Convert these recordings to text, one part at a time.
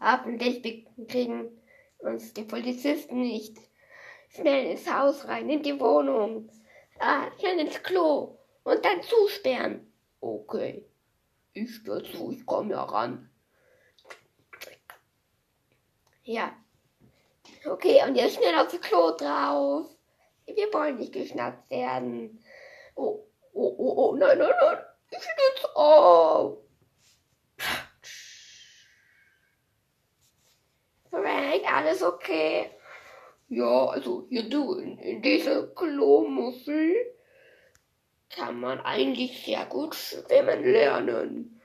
Hoffentlich kriegen uns die Polizisten nicht. Schnell ins Haus rein, in die Wohnung. Schnell ins Klo. Und dann zusperren. Okay. Ich stör zu, ich komme ja ran. Ja. Okay, und jetzt schnell aufs Klo drauf. Wir wollen nicht geschnappt werden. Oh, nein. Ich stütze auf. Frank, alles okay? Ja, also hier du, in dieser Klomuffel kann man eigentlich sehr gut schwimmen lernen.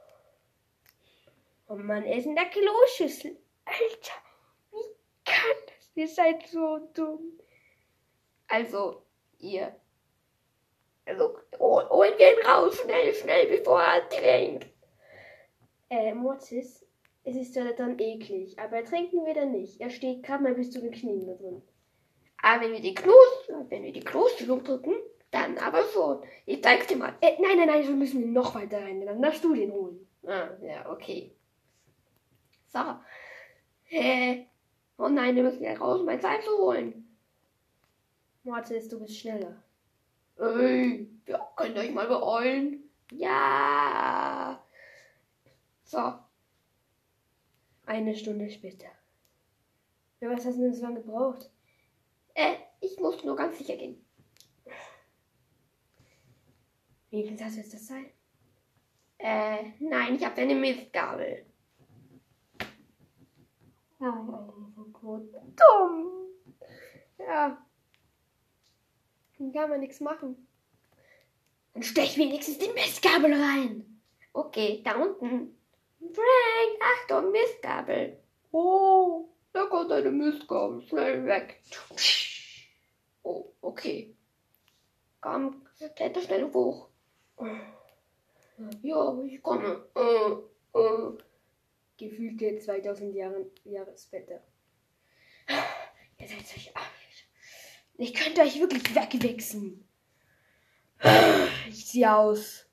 Und man ist in der Kloschüssel. Alter, wie kann das? Ihr seid so dumm. Also, ihr. Also, holen wir ihn raus, schnell, bevor er trinkt. Mortis, es ist ja dann eklig, aber ertrinken wir dann nicht. Er steht gerade mal bis zu den Knien da drin. Aber wenn wir die Klostellung drücken, dann aber schon. Ich zeig's dir mal. Nein, wir müssen noch weiter rein, dann darfst du den holen. Ja, okay. So. Oh nein, wir müssen ja raus, mein Seil zu holen. Mortis, du bist schneller. Ey, ja, könnt ihr euch mal beeilen? Ja. So. 1 Stunde später. Ja, was hast du denn so lange gebraucht? Ich musste nur ganz sicher gehen. Wie viel hast du jetzt das Seil? Nein, ich habe eine Mistgabel. So dumm. Ja. Dann kann man nichts machen. Dann stech wenigstens die Mistgabel rein. Okay, da unten. Frank, Achtung, Mistgabel. Oh, da kommt eine Mistgabel. Schnell weg. Oh, okay. Komm, kletter schnell hoch. Ja, ich komme. Gefühlte 2000 Jahre später. Ihr seid euch Arsch. Ich könnte euch wirklich wegwichsen. Ich zieh aus.